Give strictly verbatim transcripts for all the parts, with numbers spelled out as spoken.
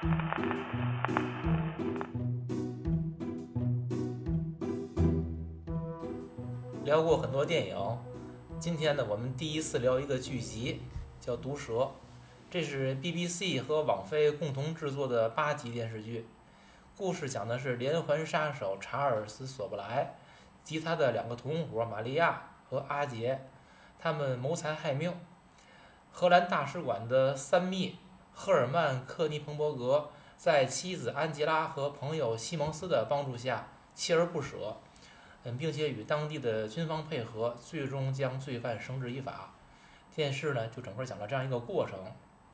聊过很多电影，今天呢，我们第一次聊一个剧集，叫《毒蛇》，这是 B B C 和网飞共同制作的八集电视剧。故事讲的是连环杀手查尔斯·索布莱及他的两个同伙玛利亚和阿杰，他们谋财害命。荷兰大使馆的三密赫尔曼·克尼彭伯格在妻子安吉拉和朋友西蒙斯的帮助下锲而不舍，嗯，并且与当地的军方配合，最终将罪犯绳之以法。电视呢，就整个讲了这样一个过程。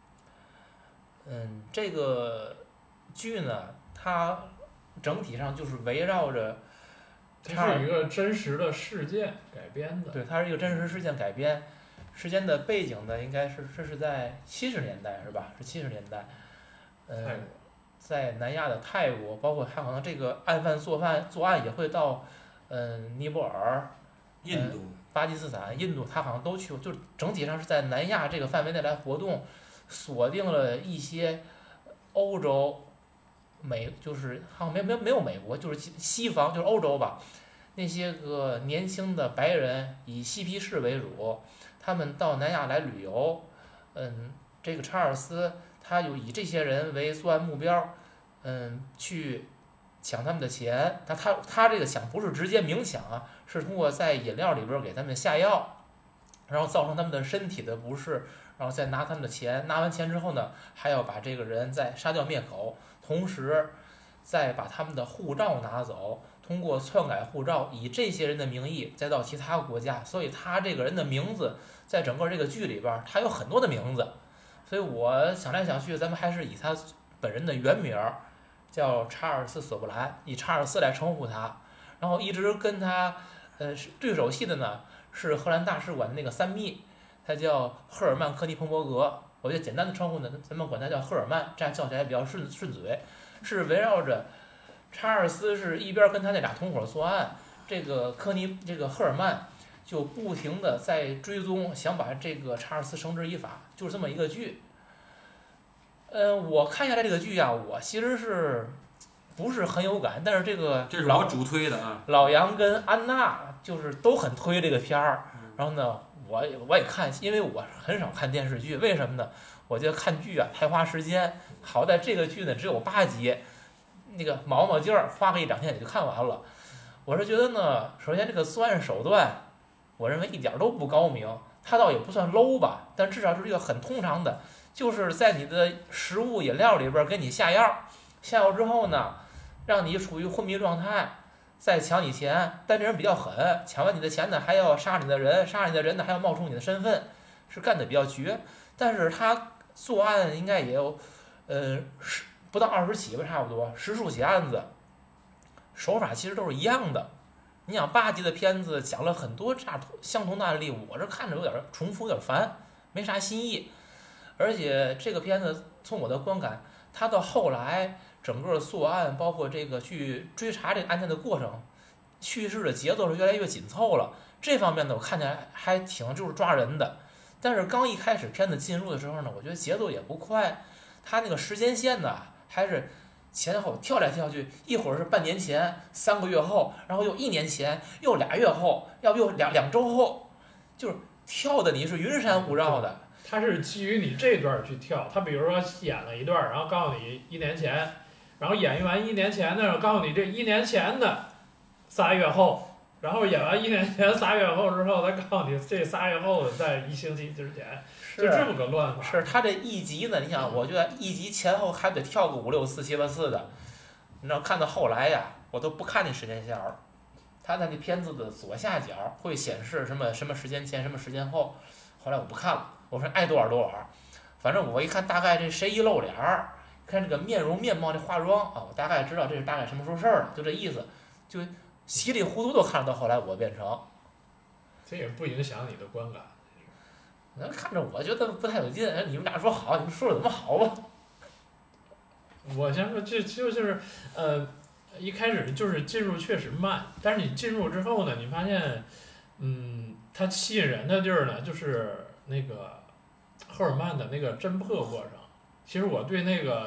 嗯，这个剧呢，它整体上就是围绕着， 它是一个真实的事件改编的。 对，它是一个真实事件改编。时间的背景呢，应该是这是在七十年代是吧？是七十年代。嗯，在南亚的泰国，包括他可能这个案犯作犯作案也会到，嗯，尼泊尔、 印度、 巴基斯坦、印度，他好像都去，就是整体上是在南亚这个范围内来活动，锁定了一些欧洲、美，就是好像没没没有美国，就是西方，就是欧洲吧，那些个年轻的白人以嬉皮士为主，他们到南亚来旅游，嗯，这个查尔斯他就以这些人为作案目标，嗯，去抢他们的钱。他他他这个抢不是直接明抢啊，是通过在饮料里边给他们下药，然后造成他们的身体的不适，然后再拿他们的钱，拿完钱之后呢，还要把这个人再杀掉灭口，同时再把他们的护照拿走，通过篡改护照，以这些人的名义再到其他国家。所以他这个人的名字在整个这个剧里边，他有很多的名字。所以我想来想去，咱们还是以他本人的原名叫查尔斯·索布莱，以查尔斯来称呼他。然后一直跟他呃对手戏的呢是荷兰大使馆的那个三密，他叫赫尔曼·科尼彭伯格。我觉得简单的称呼呢，咱们管他叫赫尔曼，这样叫起来比较顺顺嘴。是围绕着查尔斯是一边跟他那俩同伙作案，这个科尼这个赫尔曼就不停的在追踪，想把这个查尔斯绳之以法，就是这么一个剧。嗯，我看下来这个剧呀、啊，我其实是不是很有感，但是这个这是我主推的啊， 老杨跟安娜就是都很推这个片儿。然后呢，我我也看，因为我很少看电视剧，为什么呢？我觉得看剧啊太花时间，好在这个剧呢只有八集，那个毛毛劲儿，花个一两天也就看完了。我是觉得呢，首先这个作案手段，我认为一点都不高明，它倒也不算 low 吧，但至少是一个很通常的，就是在你的食物饮料里边给你下药，下药之后呢，让你处于昏迷状态，再抢你钱。但这人比较狠，抢完你的钱呢，还要杀你的人，杀你的人呢，还要冒充你的身份，是干的比较绝。但是他作案应该也有，呃，十不到二十起吧，差不多十数起案子，手法其实都是一样的。你想八集的片子讲了很多这样相同的案例，我这看着有点重复，有点烦，没啥新意。而且这个片子从我的观感，它到后来整个作案，包括这个去追查这个案件的过程，叙事的节奏是越来越紧凑了。这方面呢，我看起来还挺就是抓人的。但是刚一开始片子进入的时候呢，我觉得节奏也不快，它那个时间线呢还是前后跳来跳去，一会儿是半年前、三个月后，然后又一年前，又俩月后，要不又两两周后，就是跳的你是云山雾绕的。 它是基于你这段去跳，他比如说演了一段，然后告诉你一年前，然后演完一年前的，然后告诉你这一年前的仨月后。然后演完一年前仨月后之后，再告诉你这仨月后的在一星期之前，就这么个乱法。 是他这一集呢，你想，我觉得一集前后还得跳个五六次、七八次的。你知道，看到后来呀，我都不看那时间线儿。他在那片子的左下角会显示什么什么时间前、什么时间后。后来我不看了，我说爱多少多少。反正我一看大概这谁一露脸儿，看这个面容面貌这化妆啊，我大概知道这是大概什么时候事儿了，就这意思，就。稀里糊涂都看到后来我变成， 这也不影响你的观感。 那看着我觉得不太有劲，你们俩说好，你们说的怎么好吧？ 我先说，这就是呃，一开始就是进入确实慢，但是你进入之后呢，你发现，嗯，它吸引人的地儿呢，就是那个赫尔曼的那个侦破过程。其实我对那个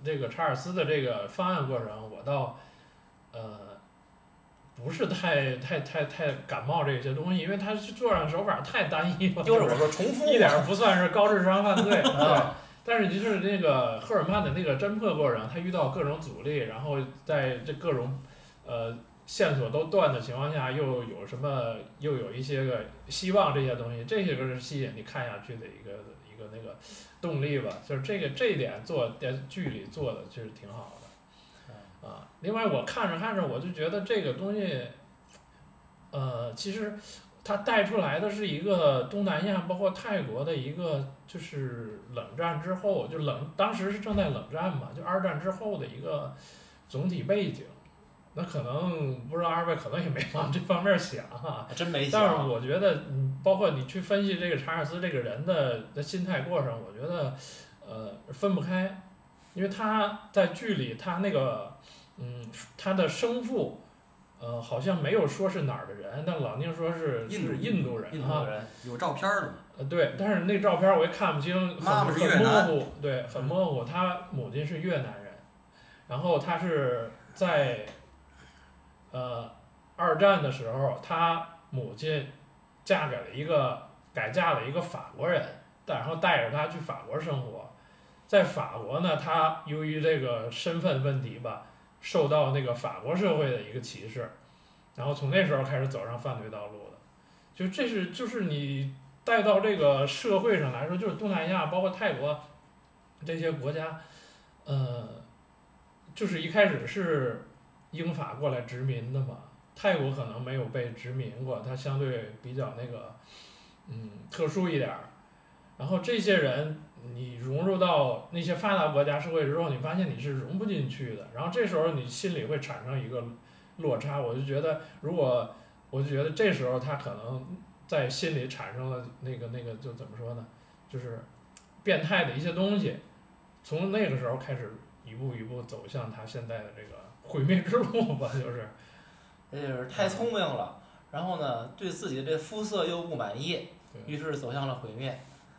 这个查尔斯的这个方案过程，我倒呃不是太太太太感冒这些东西，因为他作案手法太单一了， 就是我说重复一点不算是高智商犯罪。对，但是就是那个赫尔曼的那个侦破过程，他遇到各种阻力，然后在这各种呃线索都断的情况下，又有什么又有一些个希望，这些东西，这些个是吸引你看下去的一个一个那个动力吧。就是这个这一点做电视剧里做的其实挺好的。啊，另外我看着看着我就觉得这个东西，呃，其实它带出来的是一个东南亚，包括泰国的一个，就是冷战之后，就冷当时是正在冷战嘛，就二战之后的一个总体背景。那可能不知道二位可能也没往这方面想哈、啊， 真没想。 但是我觉得，嗯，包括你去分析这个查尔斯这个人的的心态过程，我觉得，呃，分不开，因为他在剧里他那个。嗯，他的生父，呃，好像没有说是哪儿的人，但老宁说是是印度人啊， 有照片的。 呃，对，但是那照片我也看不清， 妈妈是越南，很模糊，对，很模糊。他母亲是越南人，然后他是在，呃，二战的时候，他母亲嫁给了一个改嫁了一个法国人，然后带着他去法国生活，在法国呢，他由于这个身份问题吧。受到那个法国社会的一个歧视，然后从那时候开始走上犯罪道路的，就这是就是你带到这个社会上来说，就是东南亚包括泰国这些国家，呃，就是一开始是英法过来殖民的嘛，泰国可能没有被殖民过，它相对比较那个嗯特殊一点儿，然后这些人。你融入到那些发达国家社会之后，你发现你是融不进去的，然后这时候你心里会产生一个落差。我就觉得，如果我就觉得这时候他可能在心里产生了那个那个，就怎么说呢，就是变态的一些东西，从那个时候开始一步一步走向他现在的这个毁灭之路吧，就是。 这就是太聪明了，然后呢，对自己的这肤色又不满意，于是走向了毁灭。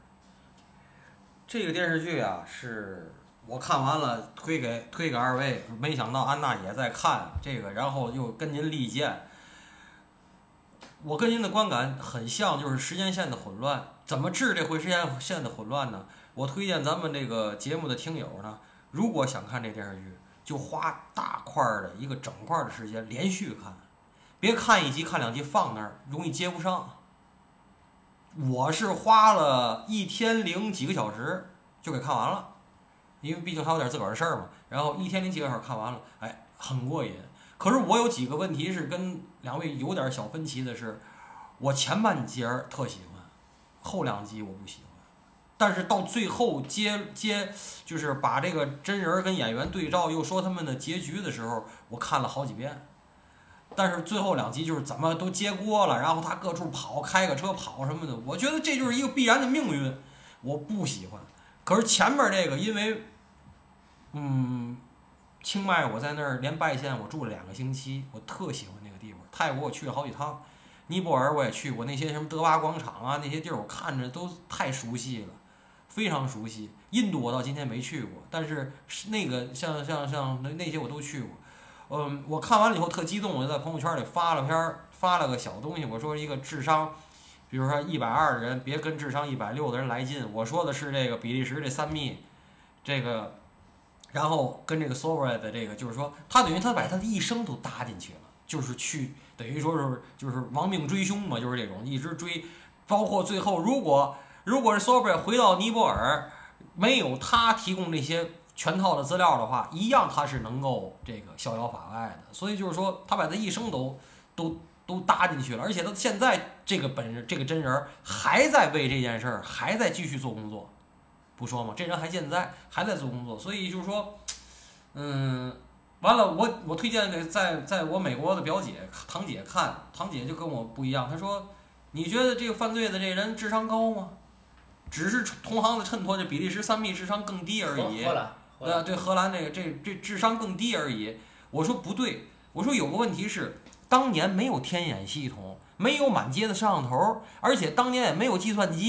这个电视剧啊，是我看完了推给推给二位，没想到安娜也在看这个，然后又跟您力荐。我跟您的观感很像，就是时间线的混乱。怎么治这回时间线的混乱呢？我推荐咱们这个节目的听友呢，如果想看这电视剧，就花大块的一个整块的时间连续看，别看一集看两集放那儿，容易接不上。我是花了一天零几个小时就给看完了，因为毕竟他有点自个儿的事儿嘛。然后一天零几个小时看完了，哎，很过瘾。可是我有几个问题是跟两位有点小分歧的是，我前半节特喜欢，后两集我不喜欢。但是到最后接接就是把这个真人跟演员对照，又说他们的结局的时候，我看了好几遍。但是最后两集就是怎么都接锅了，然后他各处跑，开个车跑什么的，我觉得这就是一个必然的命运，我不喜欢。可是前面这个，因为，嗯，清迈我在那儿连拜县我住了两个星期，我特喜欢那个地方。泰国我去了好几趟，尼泊尔我也去过，那些什么德巴广场啊那些地儿，我看着都太熟悉了，非常熟悉。印度我到今天没去过，但是那个像像像那那些我都去过。嗯，我看完了以后特激动，我就在朋友圈里发了篇发了个小东西，我说一个智商，比如说一百二的人别跟智商一百六的人来劲。我说的是这个比利时这三密，这个，然后跟这个 Sobra 的这个，就是说他等于他把他的一生都搭进去了，就是去等于说是就是亡命追凶嘛，就是这种一直追，包括最后如果如果是 Sobra 回到尼泊尔，没有他提供这些全套的资料的话，一样他是能够这个逍遥法外的。所以就是说，他把他一生都都都搭进去了，而且他现在这个本人这个真人还在为这件事儿还在继续做工作，不说吗？这人还健在，还在做工作。所以就是说，嗯，完了，我我推荐给在在我美国的表姐堂姐看，堂姐就跟我不一样，她说，你觉得这个犯罪的这人智商高吗？只是同行的衬托，这比利时三密智商更低而已。 荷兰。 对对，荷兰这个这这智商更低而已。我说不对，我说有个问题是，当年没有天眼系统，没有满街的摄像头，而且当年也没有计算机，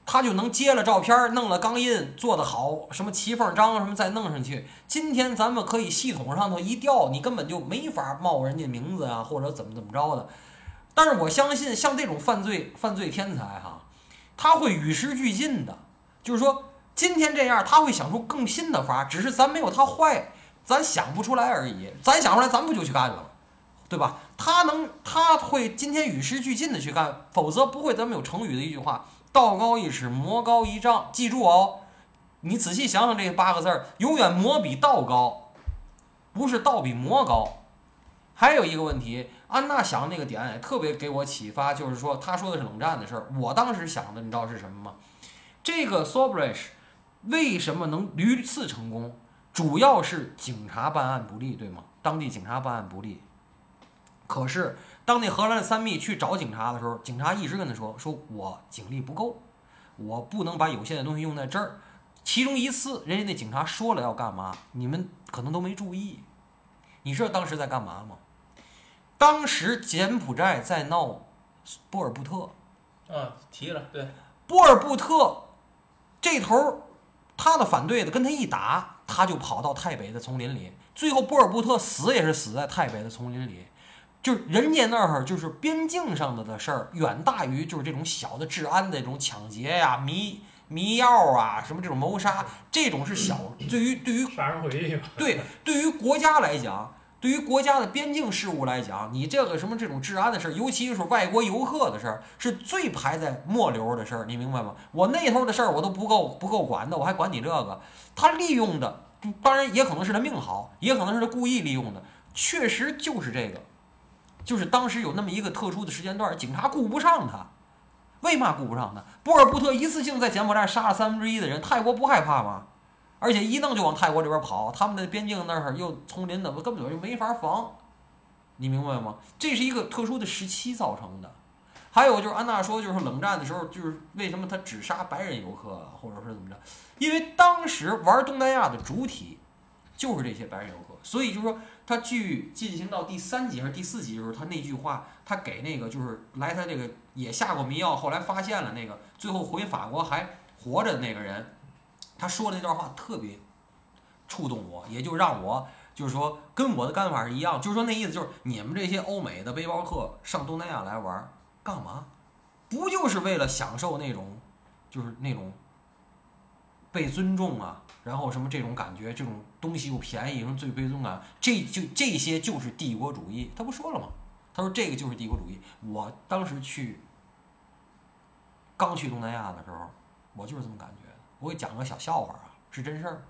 他就能接了照片，弄了钢印，做得好，什么骑缝章什么再弄上去。今天咱们可以系统上头一调，你根本就没法冒人家名字啊，或者怎么怎么着的。但是我相信，像这种犯罪犯罪天才哈，他会与时俱进的，就是说今天这样，他会想出更新的法，只是咱没有他坏，咱想不出来而已。咱想出来，咱不就去干了，对吧？他能，他会今天与时俱进的去干，否则不会咱们有成语的一句话。道高一尺，魔高一丈。记住哦，你仔细想想这八个字儿，永远魔比道高，不是道比魔高。还有一个问题，安娜想那个点也特别给我启发，就是说她说的是冷战的事儿。我当时想的，你知道是什么吗？这个 Sobresh 为什么能屡次成功？主要是警察办案不力，对吗？当地警察办案不力。可是当那荷兰的三密去找警察的时候，警察一直跟他说：“说我警力不够，我不能把有限的东西用在这儿。”其中一次，人家那警察说了要干嘛，你们可能都没注意。你知道当时在干嘛吗？当时柬埔寨在闹波尔布特。 嗯，提了，对。 波尔布特这头，他的反对的跟他一打，他就跑到泰北的丛林里，最后波尔布特死也是死在泰北的丛林里。就是人家那儿就是边境上的的事儿，远大于就是这种小的治安的这种抢劫呀、迷迷药啊、什么这种谋杀，这种是小。对于对于杀人回忆嘛， 对对于国家来讲，对于国家的边境事务来讲，你这个什么这种治安的事儿，尤其是外国游客的事儿，是最排在末流的事儿，你明白吗？我那头的事儿我都不够不够管的，我还管你这个？他利用的，当然也可能是他命好，也可能是他故意利用的，确实就是这个。就是当时有那么一个特殊的时间段，警察顾不上他。为嘛顾不上他？波尔布特一次性在柬埔寨杀了三分之一的人，泰国不害怕吗？而且一弄就往泰国这边跑，他们的边境那儿又丛林的，根本就没法防。你明白吗？这是一个特殊的时期造成的。还有就是安娜说，就是冷战的时候，就是为什么他只杀白人游客，或者是怎么着？因为当时玩东南亚的主体就是这些白人游客，所以就是说。他去进行到第三集还是第四集的时候，他那句话，他给那个就是来他这个也下过迷药，后来发现了那个最后回法国还活着的那个人，他说的那段话特别触动我，也就让我就是说跟我的干法是一样，就是说那意思就是你们这些欧美的背包客上东南亚来玩干嘛？不就是为了享受那种就是那种被尊重啊？然后什么这种感觉，这种东西又便宜，什么最被尊感，这就这些就是帝国主义。他不说了吗？他说这个就是帝国主义。我当时去刚去东南亚的时候，我就是这么感觉的。我给讲个小笑话啊，是真事儿。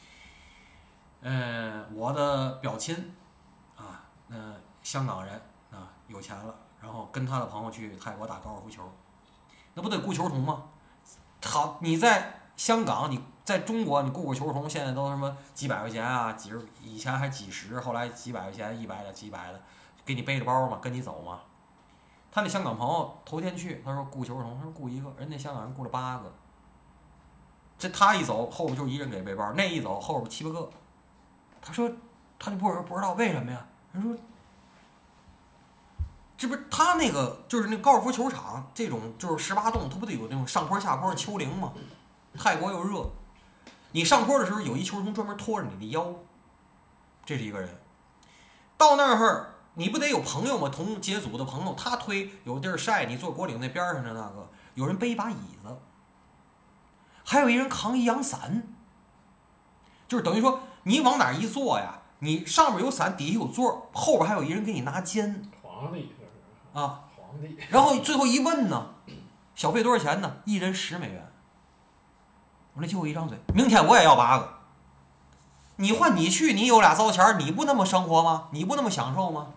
嗯、呃，我的表亲啊，呃，香港人啊，有钱了，然后跟他的朋友去泰国打高尔夫球，那不得雇球童吗？好，你在香港你。在中国，你雇个球童，现在都什么几百块钱啊，几十，以前还几十，后来几百块钱，一百的、几百的，给你背着包嘛，跟你走嘛。他那香港朋友头天去，他说雇球童，他说雇一个，人那香港人雇了八个。这他一走，后边就一人给背包，那一走后边七八个。他说，他就不不知道为什么呀？人说，这不是他那个就是那高尔夫球场这种就是十八洞，他不得有那种上坡下坡的丘陵吗？泰国又热。你上坡的时候有一球童专门拖着你的腰，这是一个人。到那儿你不得有朋友吗？同节组的朋友，他推有地儿晒，你坐果岭那边上的那个，有人背一把椅子，还有一人扛一阳伞，就是等于说你往哪一坐呀？你上面有伞，底下有座，后边还有一人给你拿肩。 皇帝这是啊， 皇帝。 然后最后一问呢，小费多少钱呢？一人十美元。我那就我一张嘴，明天我也要八个。你换你去，你有俩糟钱，你不那么生活吗？你不那么享受吗？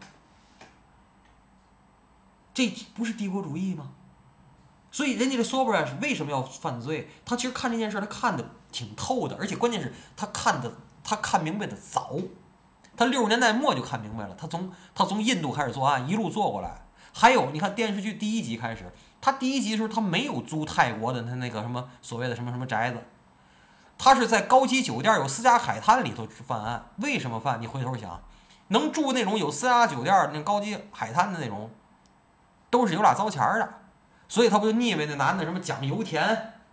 这不是帝国主义吗？所以人家的 Sobresh 为什么要犯罪？他其实看这件事，他看的挺透的，而且关键是他看的，他看明白的早。他六十年代末就看明白了，他从他从印度开始作案，一路做过来。还有，你看电视剧第一集开始。他第一集的时候，他没有租泰国的他那个什么所谓的什么什么宅子，他是在高级酒店有私家海滩里头犯案。为什么犯？你回头想，能住那种有私家酒店那高级海滩的那种，都是有俩糟钱的，所以他不就腻歪那男的什么讲油田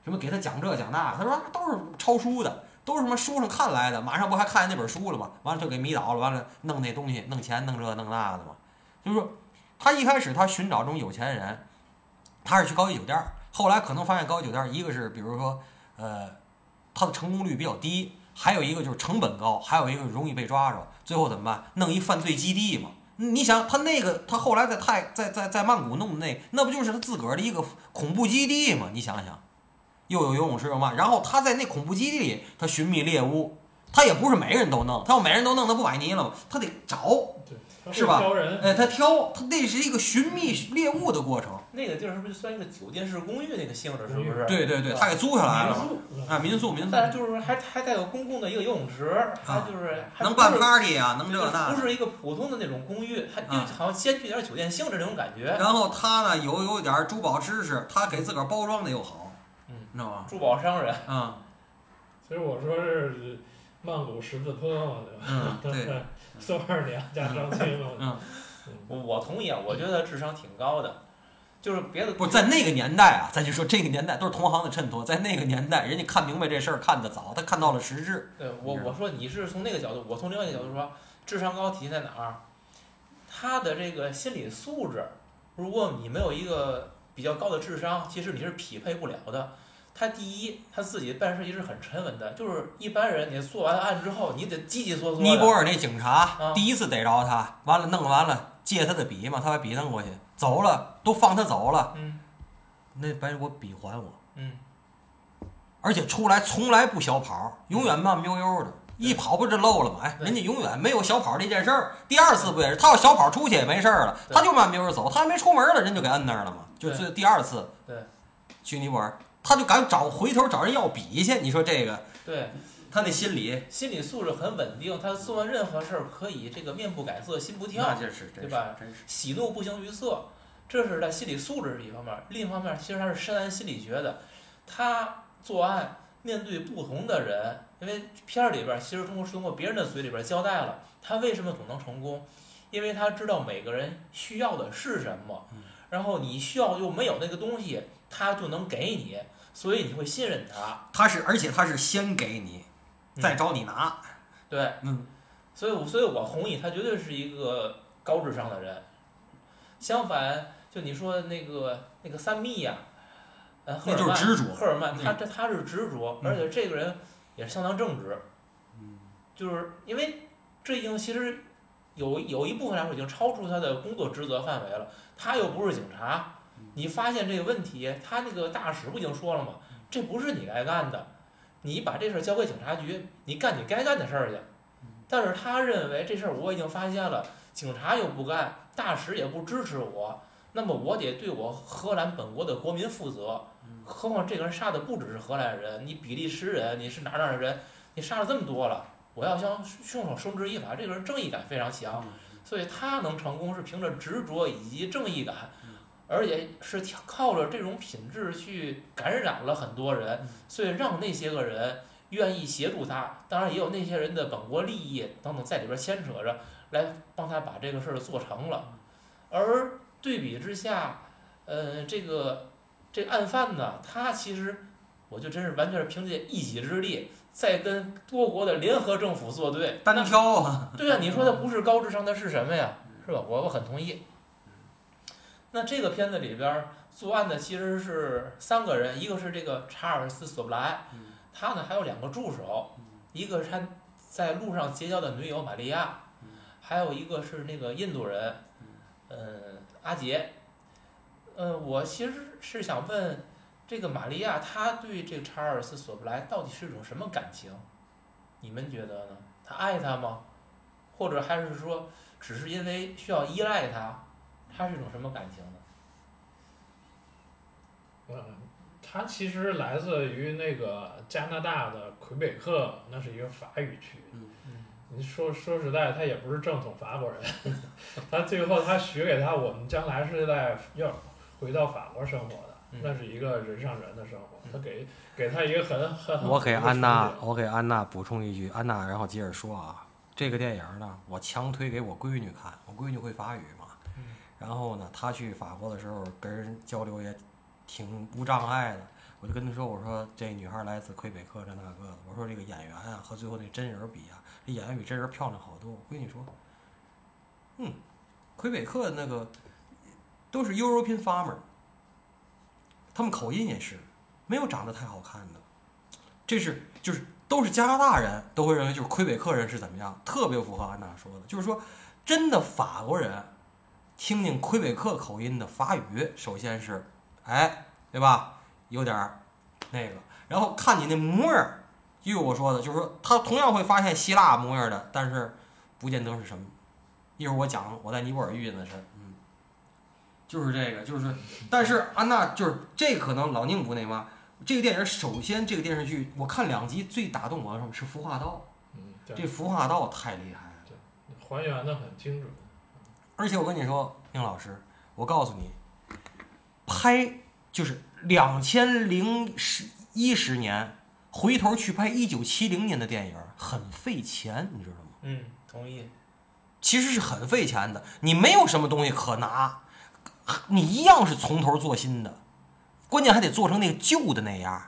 什么给他讲这讲那，他说、啊、都是抄书的，都是什么书上看来的，马上不还看见那本书了吗？完了就给迷倒了，完了弄那东西，弄钱，弄这弄那的嘛。就是说，他一开始他寻找这种有钱人，他是去高级酒店，后来可能发现高级酒店一个是比如说呃，他的成功率比较低，还有一个就是成本高，还有一个容易被抓着，最后怎么办？弄一犯罪基地嘛。你想他那个，他后来在泰在在在曼谷弄的那，那不就是他自个儿的一个恐怖基地吗？你想想，又有游泳池有嘛，然后他在那恐怖基地里，他寻觅猎物，他也不是每个人都弄，他要每个人都弄，他不崴泥了吗？他得找，是吧？哎，他挑，他那是一个寻觅猎物的过程。 那个地儿是不是就算一个酒店式公寓那个性质？是不是？ 对对对，他给租下来了啊，民宿民宿。 但是就是还还带有公共的一个游泳池，还就是还能办 party 啊，能这那。 不是一个普通的那种公寓，它就好像兼具点酒店性质那种感觉。 然后他呢有有点珠宝知识，他给自个儿包装的又好， 嗯， 你知道吧？ 珠宝商人啊， 所以我说是曼谷十字坡嘛，对吧？ 嗯，对。 孙二娘加张青嘛。 嗯， 我我同意啊，我觉得智商挺高的。就是别的不是在那个年代啊，咱就说这个年代都是同行的衬托，在那个年代，人家看明白这事儿看得早，他看到了实质。 对我我说你是从那个角度，我从另外一个角度说，智商高体现在哪儿？他的这个心理素质，如果你没有一个比较高的智商，其实你是匹配不了的。他第一，他自己办事也是很沉稳的，就是一般人你做完案之后，你得叽叽嗦嗦的。 尼泊尔那警察、 啊、 第一次逮着他，完了弄完了，借他的笔嘛，他把笔弄过去，走了，都放他走了。 嗯， 那把我笔还我。 嗯， 而且出来从来不小跑，永远慢悠悠的，一跑不就漏了吗？哎，人家永远没有小跑这件事儿。第二次不也是，他要小跑出去也没事儿了，他就慢悠悠走，他还没出门了，人就给摁那儿了嘛。就是第二次， 对， 去尼泊尔。他就敢找回头找人要笔去，你说这个？ 对， 他那心理心理素质很稳定，他做完任何事儿可以这个面不改色心不跳， 那就是， 对吧？喜怒不形于色，这是在心理素质是一方面。另一方面，其实他是深谙心理学的。他作案面对不同的人，因为片儿里边其实通过通过别人的嘴里边交代了他为什么总能成功，因为他知道每个人需要的是什么，然后你需要又没有那个东西，他就能给你。所以你会信任他， 他是，而且他是先给你，再找你拿。 嗯、对， 嗯， 所以我所以我同意，他绝对是一个高智商的人。相反，就你说那个那个三密呀、啊，呃，赫尔曼，赫尔曼，他这他是执着，而且这个人也是相当正直。 嗯， 就是因为这已经其实有有一部分来说已经超出他的工作职责范围了，他又不是警察。你发现这个问题，他那个大使不已经说了吗？这不是你该干的，你把这事儿交给警察局，你干你该干的事儿去。但是他认为这事儿我已经发现了，警察又不干，大使也不支持我，那么我得对我荷兰本国的国民负责。何况这个人杀的不只是荷兰人，你比利时人，你是哪哪的人，你杀了这么多了，我要向凶手绳之以法。这个人正义感非常强，所以他能成功是凭着执着以及正义感。而且是靠着这种品质去感染了很多人，所以让那些个人愿意协助他。当然也有那些人的本国利益等等在里边牵扯着，来帮他把这个事儿做成了。而对比之下，呃，这个这个案犯呢，他其实我就真是完全是凭借一己之力，在跟多国的联合政府作对， 单挑啊。 对啊，你说他不是高智商，他是什么呀？是吧？我我很同意。那这个片子里边作案的其实是三个人，一个是这个查尔斯·索布莱，他呢还有两个助手，一个是他在路上结交的女友玛利亚，还有一个是那个印度人，嗯，阿杰。呃，我其实是想问，这个玛利亚她对这个查尔斯·索布莱到底是一种什么感情？你们觉得呢？她爱他吗？或者还是说只是因为需要依赖他？他是一种什么感情呢？ 嗯，他其实来自于那个加拿大的魁北克，那是一个法语区。 嗯嗯，你说说实在，他也不是正统法国人，他最后他许给他，我们将来是在要回到法国生活的， 嗯、 那是一个人上人的生活。他给给他一个很很好。 我给安娜，我给安娜补充一句，安娜，然后接着说啊，这个电影呢，我强推给我闺女看，我闺女会法语嘛。然后呢，他去法国的时候跟人交流也挺无障碍的。 我就跟他说，我说这女孩来自魁北克这那个的，我说这个演员啊和最后那真人比啊，这演员比真人漂亮好多。我闺女说，嗯，魁北克那个都是 European farmer， 他们口音也是没有长得太好看的，这是就是都是加拿大人都会认为就是魁北克人是怎么样，特别符合安娜说的，就是说真的法国人听听魁北克口音的法语，首先是哎，对吧？有点儿那个，然后看你那模样，就有我说的，就是说他同样会发现希腊模样的，但是不见得是什么。一会儿我讲我在尼泊尔遇见的事，嗯，就是这个，就是，但是安娜就是这个可能老宁不那嘛。这个电影首先这个电视剧我看两集最打动我的是服化道， 嗯，对这服化道太厉害了， 对，还原的很精准。 而且我跟你说，宁老师，我告诉你，拍就是两千零十一十年，回头去拍一九七零年的电影很费钱，你知道吗？ 嗯，同意。 其实是很费钱的，你没有什么东西可拿，你一样是从头做新的，关键还得做成那个旧的那样，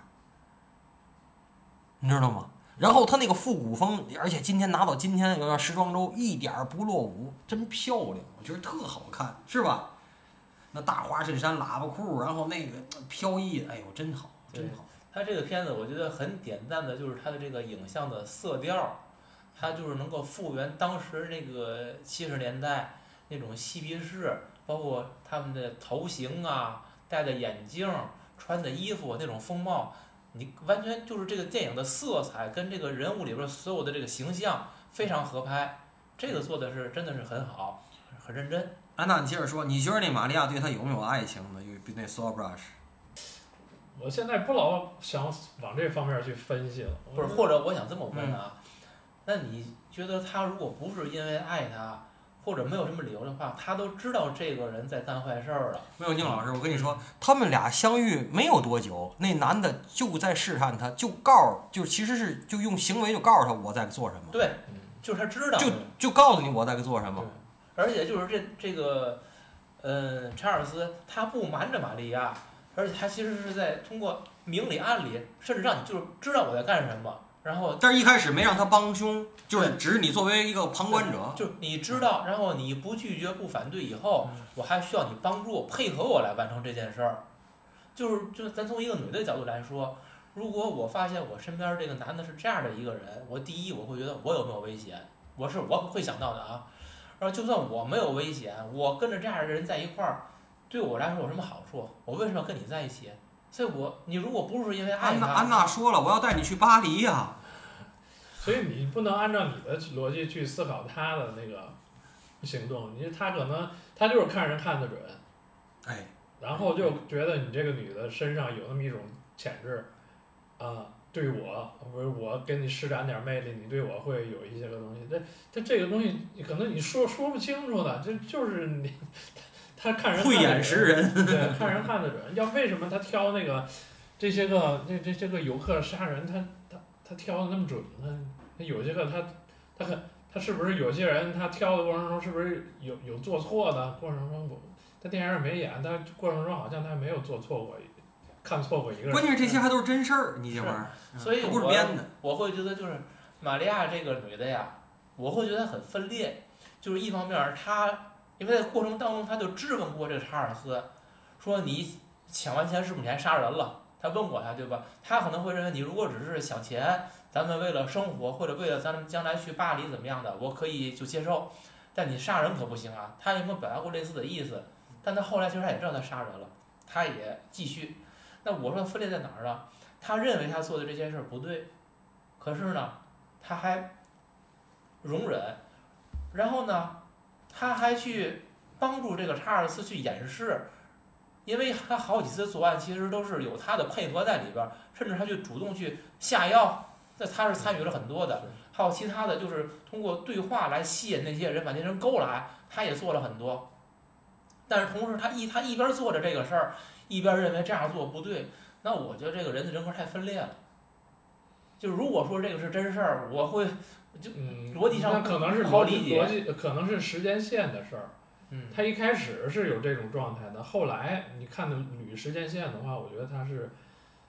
你知道吗？然后他那个复古风，而且今天拿到今天有点时装周，一点不落伍，真漂亮，我觉得特好看，是吧？那大花衬衫、喇叭裤，然后那个飘逸，哎呦，真好，真好。 他这个片子我觉得很点赞的，就是他的这个影像的色调，它就是能够复原当时那个七十年代那种嬉皮士，包括他们的头型啊、戴的眼镜、穿的衣服那种风貌，你完全就是这个电影的色彩跟这个人物里边所有的这个形象非常合拍，这个做的是真的是很好，很认真。 安娜，你接着说，你觉得那玛利亚对他有没有爱情呢？有那 Saw Brush。 我现在不老想往这方面去分析了。 不是，或者我想这么问啊，嗯、那你觉得他如果不是因为爱他，或者没有什么理由的话，他都知道这个人在干坏事儿了？ 没有，宁老师，我跟你说，他们俩相遇没有多久，那男的就在试探他，就告就其实是就用行为就告诉他我在做什么。 对，就是他知道， 就就告诉你我在做什么。 而且就是这这个，呃，查尔斯他不瞒着玛利亚，而且他其实是在通过明里暗里，甚至让你就是知道我在干什么。然后， 但是一开始没让他帮凶，就是只是你作为一个旁观者， 就是你知道，然后你不拒绝不反对以后，我还需要你帮助配合我来完成这件事儿。就是就是咱从一个女的角度来说，如果我发现我身边这个男的是这样的一个人，我第一我会觉得我有没有危险，我是我会想到的啊。然后就算我没有危险，我跟着这样的人在一块儿，对我来说有什么好处？我为什么要跟你在一起？所以我你如果不是因为爱他， 安娜安娜说了，我要带你去巴黎呀、啊。 所以你不能按照你的逻辑去思考他的那个行动，你他可能他就是看人看得准， 哎， 然后就觉得你这个女的身上有那么一种潜质，啊，对我不是我给你施展点魅力，你对我会有一些个东西，这这这个东西可能你说说不清楚的，这就是你他看人看得准， 慧眼识人， 对，看人看得准。要为什么他挑那个这些个这这这个游客杀人，他他他挑的那么准呢？他有些个他他可他是不是有些人他挑的过程中是不是有有做错的过程中？他电影也没演，但过程中好像他没有做错过，看错过一个人。 关键是这些还都是真事儿，你这玩意儿， 所以不是编的。 我会觉得就是玛利亚这个女的呀，我会觉得很分裂。就是一方面她因为在过程当中她就质问过这个查尔斯，说你抢完钱是不是你还杀人了？他问过他对吧？他可能会认为你如果只是想钱，咱们为了生活或者为了咱们将来去巴黎怎么样的，我可以就接受。但你杀人可不行啊！他有没有表达过类似的意思？但他后来其实他也知道他杀人了，他也继续。那我说分裂在哪儿呢？他认为他做的这些事儿不对，可是呢，他还容忍，然后呢，他还去帮助这个查尔斯去掩饰，因为他好几次作案其实都是有他的配合在里边，甚至他去主动去下药，那他是参与了很多的。还有其他的就是通过对话来吸引那些人，把那些人勾来，他也做了很多。但是同时他一他一边做着这个事儿，一边认为这样做不对，那我觉得这个人的人格太分裂了。就如果说这个是真事儿，我会就嗯， 逻辑上可能是不好理解， 逻辑可能是时间线的事儿。 嗯， 他一开始是有这种状态的，后来你看的捋时间线的话，我觉得他是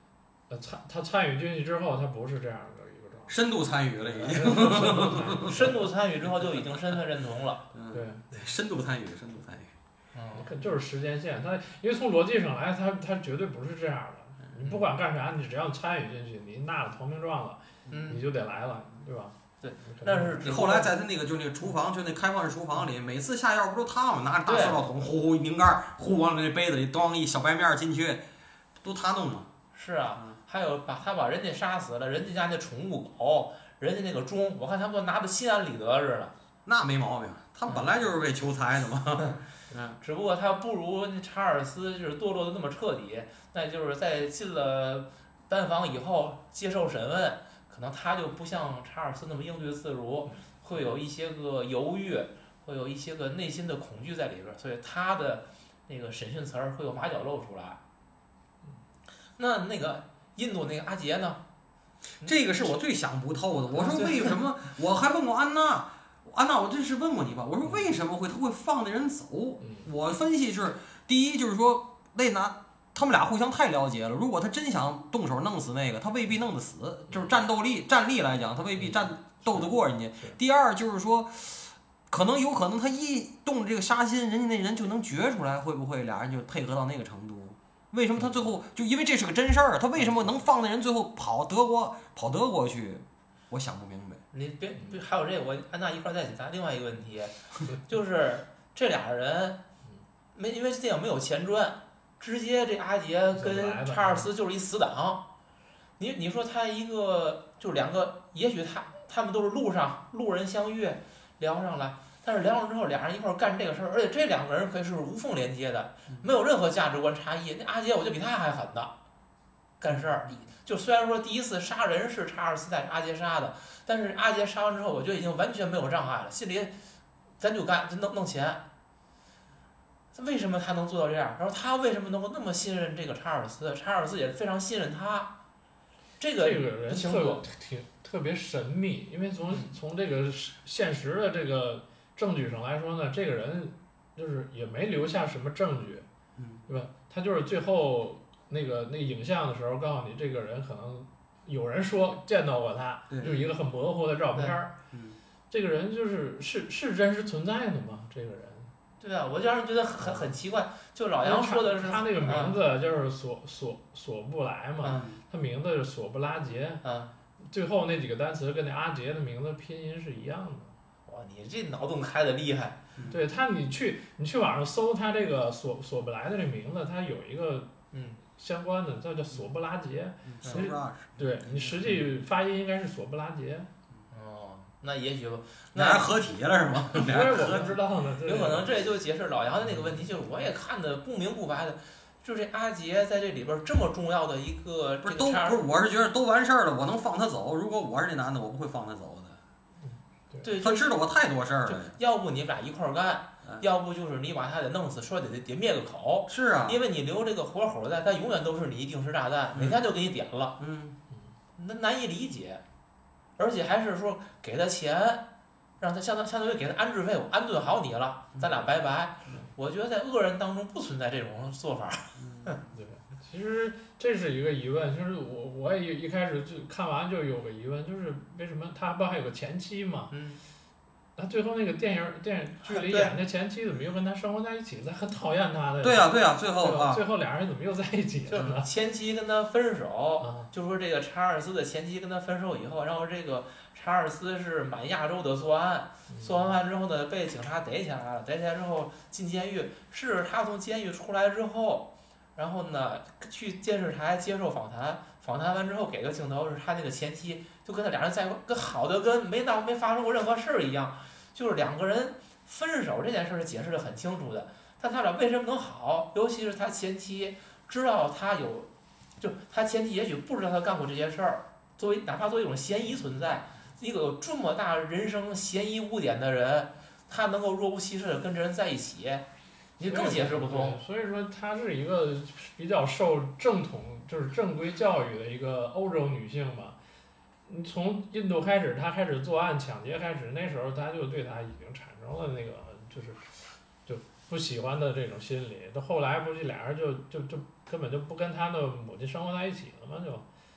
呃参他参与进去之后，他不是这样的一个状态。 深度参与了已经。 深度参与之后就已经身份认同了。 对， 深度参与，深度参与。 嗯， 就是时间线，它因为从逻辑上来，它它绝对不是这样的。你不管干啥，你只要参与进去，你纳了投名状了， 嗯， 你就得来了，对吧？ 对，但是后来在他那个就那个厨房，就那开放式厨房里，每次下药不都他吗？拿着大塑料桶，呼呼一拧盖，呼往那杯子里，咣一小白面进去，都他弄的。 是啊，还有把他把人家杀死了，人家家那宠物狗，人家那个钟，我看他们都拿的心安理得似的。 那没毛病，他们本来就是为求财的嘛。 嗯，只不过他不如那查尔斯就是堕落的那么彻底，那就是在进了班房以后接受审问。可能他就不像查尔斯那么应对自如，会有一些个犹豫，会有一些个内心的恐惧在里边儿，所以他的那个审讯词儿会有马脚露出来。那那个印度那个阿杰呢？ 这个是我最想不透的。我说为什么？我还问过安娜，安娜，我这是问过你吧？我说为什么会他会放那人走？我分析是，第一就是说那拿。他们俩互相太了解了。如果他真想动手弄死那个，他未必弄得死。就是战斗力、战力来讲，他未必战斗得过人家。第二就是说，可能有可能他一动这个杀心，人家那人就能觉出来，会不会俩人就配合到那个程度？为什么他最后就因为这是个真事儿，他为什么能放那人最后跑德国跑德国去？我想不明白。 你别别还有这个，我安娜一块儿再解答另外一个问题，就是这俩人没因为这电影没有前传。直接这阿杰跟查尔斯就是一死党，你你说他一个就是两个，也许他他们都是路上路人相遇聊上了，但是聊上之后俩人一块干这个事儿，而且这两个人可以是无缝连接的，没有任何价值观差异。那阿杰我觉得比他还狠的，干事儿就虽然说第一次杀人是查尔斯带阿杰杀的，但是阿杰杀完之后，我觉得已经完全没有障碍了，心里咱就干，就弄弄钱。为什么他能做到这样？然后他为什么能够那么信任这个查尔斯？查尔斯也非常信任他。这个这个人特挺特别神秘，因为从从这个现实的这个证据上来说呢，这个人就是也没留下什么证据，对吧？他就是最后那个那个影像的时候告诉你，这个人可能有人说见到过他，就是一个很模糊的照片儿。这个人就是是是真实存在的吗？这个人？ 对啊，我就让人觉得很很奇怪。就老杨说的是他那个名字就是索索索布莱嘛， 嗯、 他名字是索布拉杰， 嗯、 最后那几个单词跟那阿杰的名字拼音是一样的。 哇，你这脑洞开的厉害。 对他，你去你去网上搜他这个索索布莱的这名字，他有一个嗯相关的，叫叫索布拉杰。 索布拉。 对你实际发音应该是索布拉杰。 那也许， 那还合体了是吗？ 因为我不知道呢， 有可能这就解释老杨的那个问题，就是我也看的不明不白的，就这阿杰在这里边这么重要的一个， 不是都不是，我是觉得都完事儿了，我能放他走。如果我是那男的，我不会放他走的。 对， 他知道我太多事儿了。 要不你们俩一块儿干，要不就是你把他给弄死，说得得灭个口。 是啊。因为你留这个活口在，他永远都是你一定时炸弹，哪天就给你点了。 嗯。 那难以理解，而且还是说给他钱。让他相当相当于给他安置费，我安顿好你了，咱俩拜拜。我觉得在恶人当中不存在这种做法。 嗯，对，其实这是一个疑问，就是我我也一开始就看完就有个疑问，就是为什么他不还有个前妻嘛？ 嗯。 那最后那个电影电影剧里演的前妻怎么又跟他生活在一起？他很讨厌他的。 对呀、啊、对呀、啊，最后啊，最后俩人怎么又在一起了呢？ 前妻跟他分手， 啊、 就说这个查尔斯的前妻跟他分手以后，然后这个查尔斯是满亚洲的作案，做完案之后呢，被警察逮起来了，逮起来之后进监狱，是他从监狱出来之后，然后呢去电视台接受访谈，访谈完之后给个镜头是他那个前妻，就跟他俩人在跟好的跟没当没发生过任何事儿一样。就是两个人分手这件事是解释的很清楚的，但他俩为什么能好？尤其是他前妻知道他有，就他前妻也许不知道他干过这些事儿，作为哪怕作为一种嫌疑存在，一个有这么大人生嫌疑污点的人，他能够若无其事的跟这人在一起，你就更解释不通。 所以说，她是一个比较受正统就是正规教育的一个欧洲女性嘛。你从印度开始，他开始作案抢劫开始，那时候他就对他已经产生了那个就是就不喜欢的这种心理。到后来不是俩人就就就根本就不跟他的母亲生活在一起了吗？就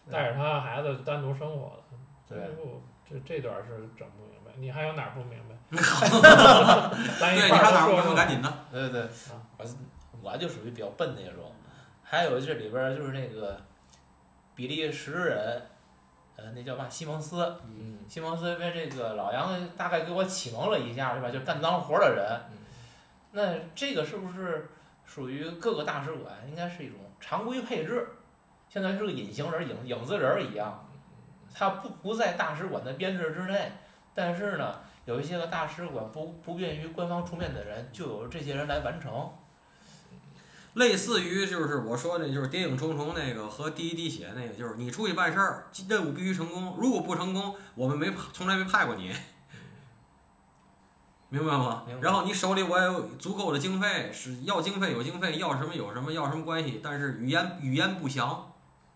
带着他孩子单独生活的。 对， 这这段是整不明白。你还有哪儿不明白？ 对，你还有哪儿不明白？赶紧的。 对对对，我我就属于比较笨那种。还有这里边就是那个比利时人，呃，那叫嘛西蒙斯， 嗯， 西蒙斯被这个老杨大概给我启蒙了一下，是吧？就干脏活的人。 嗯， 那这个是不是属于各个大使馆应该是一种常规配置？相当于是个隐形人、影影子人一样，他不不在大使馆的编制之内，但是呢，有一些个大使馆不不便于官方出面的人，就由这些人来完成。 类似于就是我说的，就是谍影重重那个和第一滴血那个，就是你出去办事儿，任务必须成功，如果不成功，我们没从来没派过你，明白吗？ 明白。 然后你手里我有足够的经费，是要经费有经费，要什么有什么，要什么关系，但是语言语言不详，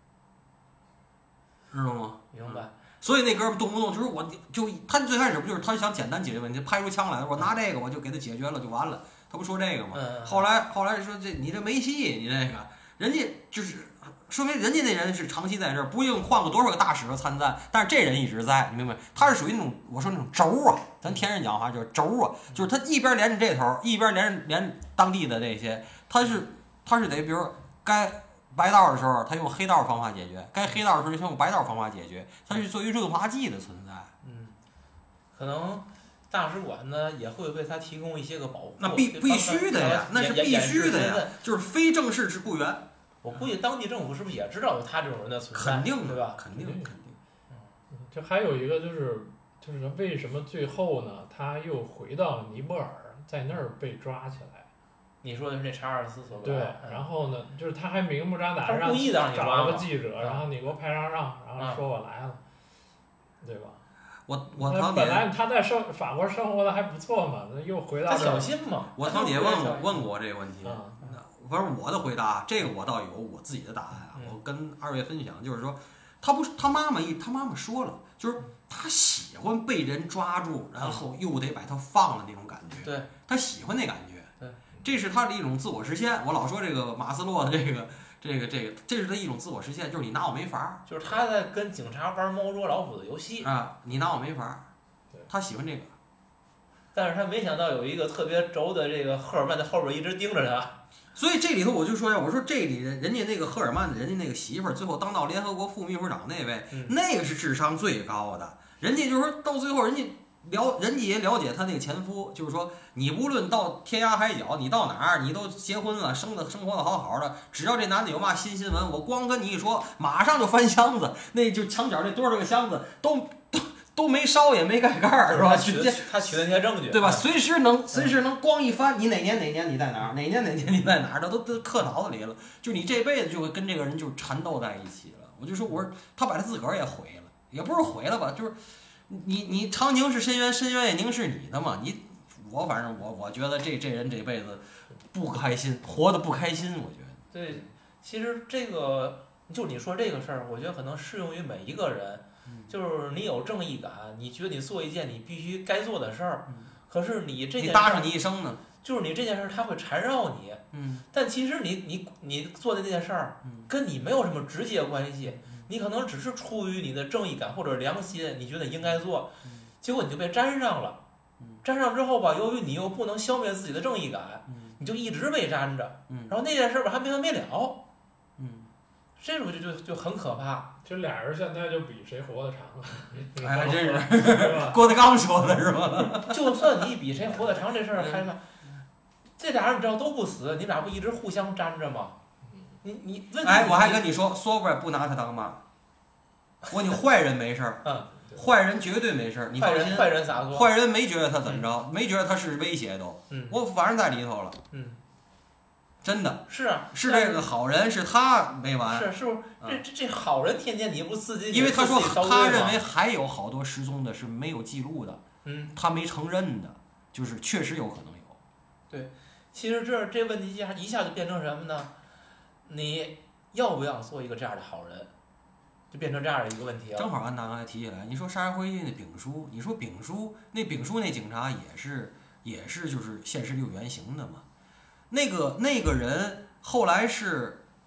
知道吗？ 明白。 所以那哥们动不动就是我就他最开始不就是他想简单解决问题，派出枪来了，我拿这个我就给他解决了就完了。他不说这个吗？ 嗯、 后来后来说这你这没戏，你这个人家就是说明人家那人是长期在这儿，不用换过多少个大使和参赞，但是这人一直在，你明白？他是属于那种我说那种轴啊，咱天人讲话就是轴啊，就是他一边连着这头，一边连着连当地的这些，他是他是得比如该白道的时候，他用黑道方法解决；该黑道的时候，他用白道方法解决，他是作为润滑剂的存在。 嗯，可能。大使馆呢也会为他提供一些个保护， 那必必须的呀，那是必须的呀，就是非正式职雇员。 我估计当地政府是不是也知道有他这种人的存在？ 肯定对吧？ 肯定肯定。 嗯，这还有一个就是就是为什么最后呢他又回到尼泊尔，在那儿被抓起来？ 你说的是那查尔斯索格对，然后呢，就是他还明目张胆让故意的找了个记者， 嗯、 然后你给我拍张照，然后说我来了，嗯、对吧？ 我我堂姐本来他在生法国生活的还不错嘛，那又回到他小心嘛。 我堂姐问我问过我这个问题， 嗯、 反正我的回答，这个我倒有我自己的答案啊， 嗯、 我跟二位分享，就是说，他不是他妈妈一他妈妈说了，就是他喜欢被人抓住，然后又得把他放了那种感觉， 对， 他喜欢那感觉， 对， 这是他的一种自我实现。我老说这个马斯洛的这个。这个这个，这是他一种自我实现，就是你拿我没法， 就是他在跟警察玩猫捉老虎的游戏啊，你拿我没法，他喜欢这个， 但是他没想到有一个特别轴的这个赫尔曼在后边一直盯着他， 所以这里头我就说呀，我说这里人人家那个赫尔曼的人家那个媳妇儿，最后当到联合国副秘书长那位， 嗯、 那个是智商最高的，人家就是说到最后人家。了，人家也了解他那个前夫，就是说，你无论到天涯海角，你到哪儿，你都结婚了，生的生活的好好的，只要这男的有嘛新新闻，我光跟你一说，马上就翻箱子，那就墙角那多少个箱子都都都没烧也没盖盖儿，是吧？ 他取他取的那些证据， 对吧？随时能随时能光一翻，你哪年哪年你在哪儿，哪年哪年你在哪儿，这都都刻脑子里了，就你这辈子就会跟这个人就缠斗在一起了。我就说，我说他把他自个儿也毁了，也不是毁了吧，就是。你你常凝视深渊，深渊也凝视你的嘛。你我反正我我觉得这这人这辈子不开心，活得不开心。我觉得对，其实这个就你说这个事儿，我觉得可能适用于每一个人。就是你有正义感，你觉得你做一件你必须该做的事儿，可是你这件事你搭上你一生呢， 就是你这件事儿它会缠绕你。 嗯， 但其实你你你做的那件事儿，跟你没有什么直接关系。你可能只是出于你的正义感或者良心，你觉得应该做，结果你就被粘上了。粘上之后吧，由于你又不能消灭自己的正义感，你就一直被粘着。然后那件事吧还没完没了。这种就就就很可怕。 这俩人现在就比谁活得长。 哎，还真是。郭德纲说的是吧？ 就算你比谁活得长这事儿还嘛，这俩人你知道都不死，你俩不一直互相粘着吗？你你问哎，我还跟你说，说不不拿他当妈。我你坏人没事儿， 嗯， 坏人绝对没事儿，你放心。 坏人咋做？ 坏人没觉得他怎么着，嗯、没觉得他是威胁都。 嗯， 我反正在里头了。 嗯， 真的是啊， 是这个好人，是他没完。 是是不是？这这这好人天天你不自己？ 因为他说他认为还有好多失踪的是没有记录的， 嗯， 他没承认的，就是确实有可能有。 对，其实这这问题一下一下就变成什么呢？你要不要做一个这样的好人，就变成这样的一个问题了。 正好安达刚才提起来，你说杀人回忆那丙叔，你说丙叔那丙叔那警察也是也是就是现实里有原型的嘛？那个那个人后来是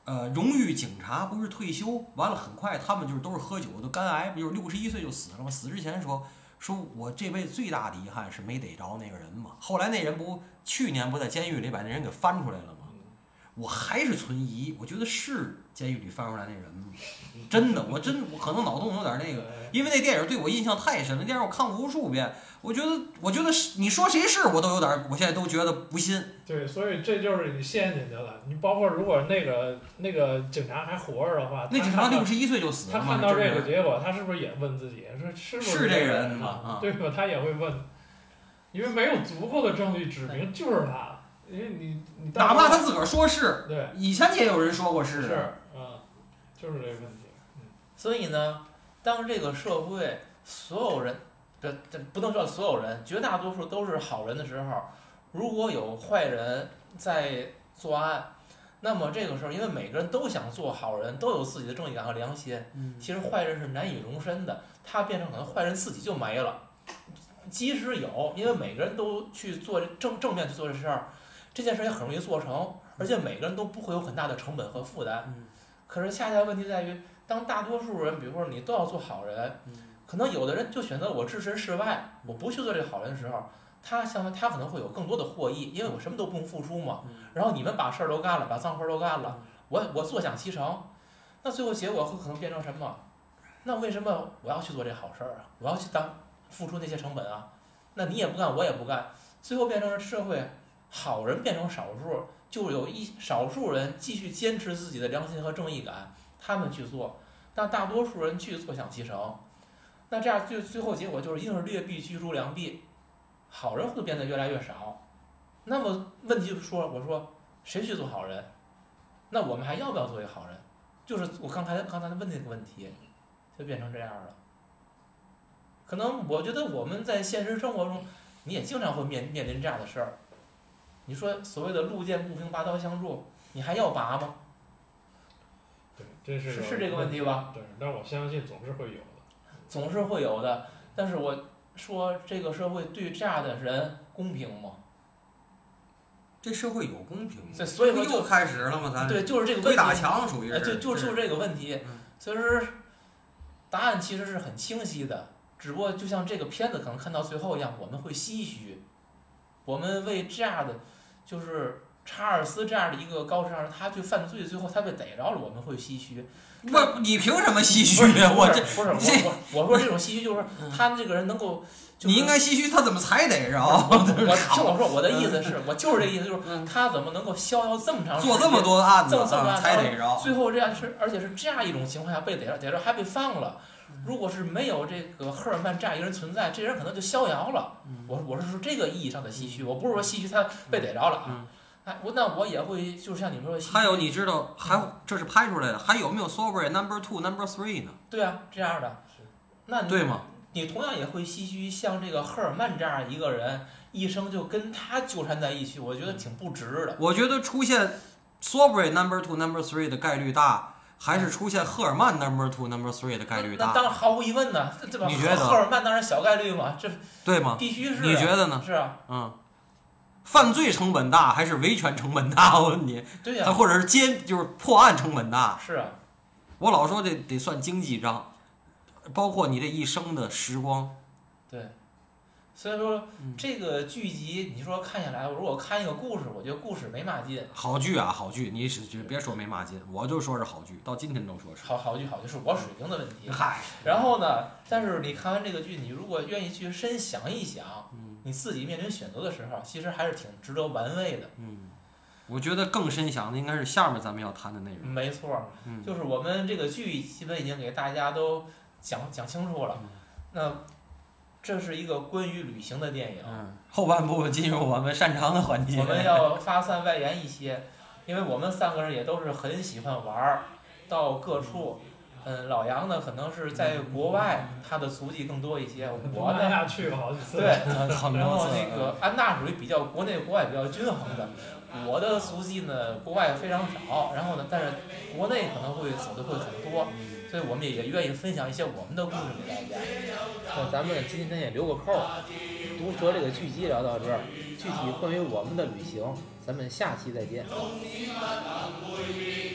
呃，荣誉警察不是退休完了，很快他们就是都是喝酒的肝癌，不就是六十一岁就死了吗？死之前说说我这辈子最大的遗憾是没逮着那个人嘛。后来那人不去年不在监狱里把那人给翻出来了吗？我还是存疑，我觉得是监狱里翻出来那人吗？真的，我真我可能脑洞有点那个，因为那电影对我印象太深了，那电影我看过无数遍，我觉得我觉得是你说谁是我都有点，我现在都觉得不信。 对，所以这就是你陷进去了。你包括如果那个那个警察还活着的话， 那警察六十一岁就死了他看到这个结果，他是不是也问自己说是不是这人嘛？ 啊， 对吧？他也会问，因为没有足够的证据指明就是他。因为你你哪怕他自个儿说是， 对， 以前也有人说过是， 是，嗯，就是这个问题。嗯， 所以呢，当这个社会所有人，这这不能说所有人，绝大多数都是好人的时候，如果有坏人在作案，那么这个时候，因为每个人都想做好人，都有自己的正义感和良心， 嗯， 其实坏人是难以容身的，他变成可能坏人自己就没了。即使有，因为每个人都去做正正面去做这事儿。这件事也很容易做成，而且每个人都不会有很大的成本和负担。可是恰恰问题在于，当大多数人，比如说你都要做好人，可能有的人就选择我置身事外，我不去做这个好人的时候，他相反他可能会有更多的获益，因为我什么都不用付出嘛。然后你们把事儿都干了，把脏活都干了，我我坐享其成，那最后结果会可能变成什么？那为什么我要去做这好事儿啊？我要去当付出那些成本啊？那你也不干，我也不干，最后变成了社会。好人变成少数，就有一少数人继续坚持自己的良心和正义感，他们去做，但大多数人去坐享其成。那这样最最后结果就是因而劣币驱逐良币，好人会变得越来越少。那么问题就是说，我说谁去做好人？那我们还要不要做一个好人？就是我刚才刚才问那个问题，就变成这样了。可能我觉得我们在现实生活中，你也经常会面面临这样的事儿。你说所谓的路见不平拔刀相助，你还要拔吗？ 对，这是是是这个问题吧？ 对，但我相信总是会有的。 总是会有的，但是我说这个社会对这样的人公平吗？ 这社会有公平吗？ 对，所以说又开始了吗？咱对，就是这个问题。 对打墙属于是。 就就就是这个问题，所以说答案其实是很清晰的，只不过就像这个片子可能看到最后一样，我们会唏嘘。我们为这样的，就是查尔斯这样的一个高智商人，他去犯罪，最后他被逮着了，我们会唏嘘。 不，你凭什么唏嘘呀？我这不是我我我说这种唏嘘就是他这个人能够， 你应该唏嘘他怎么才逮着？ 我听我说，我的意思是我就是这意思，就是他怎么能够逍遥这么长时间， 做这么多案子， 这么这么多案子才逮着， 最后这样是，而且是这样一种情况下被逮着，逮着还被放了。如果是没有这个赫尔曼这样一个人存在，这人可能就逍遥了。我我是说这个意义上的唏嘘，我不是说唏嘘他被逮着了啊。哎，我那我也会，就像你们说， 还有你知道，还这是拍出来的，还有没有 Sovereign Number Two、Number Three 呢？ 对啊，这样的，那对吗？ 你同样也会唏嘘，像这个赫尔曼这样一个人，一生就跟他纠缠在一起，我觉得挺不值的。 我觉得出现 Sovereign Number Two、Number Three 的概率大。还是出现赫尔曼 number two number three 的概率大？ 那当然毫无疑问呢，对吧？ 你觉得赫尔曼当然小概率嘛，这对吗？ 必须是。 你觉得呢？ 是啊。 嗯。犯罪成本大还是维权成本大？我问你。 对呀、 啊。或者是监就是破案成本大？ 是啊。 我老说得得算经济账，包括你这一生的时光。 对。所以说这个剧集，你说看下来，如果看一个故事，我觉得故事没嘛劲。 好剧啊，好剧，你是别说没嘛劲，我就说是好剧，到今天都说是。 好好剧，好剧是我水平的问题。 嗨。 然后呢，但是你看完这个剧，你如果愿意去深想一想，你自己面临选择的时候，其实还是挺值得玩味的。 嗯。我觉得更深想的应该是下面咱们要谈的内容。 没错， 嗯， 就是我们这个剧基本已经给大家都讲讲清楚了。 嗯、 那。这是一个关于旅行的电影。 嗯，后半部分进入我们擅长的环节。 我们要发散外延一些，因为我们三个人也都是很喜欢玩儿，到各处。嗯，老杨呢可能是在国外，他的足迹更多一些。我呢， 去过好几次。 对，然后那个安娜属于比较国内国外比较均衡的。我的足迹呢，国外非常少，然后呢，但是国内可能会走的会很多。所以我们也也愿意分享一些我们的故事给大家。那咱们今天也留个扣儿，毒蛇这个剧集聊到这儿，具体关于我们的旅行，咱们下期再见。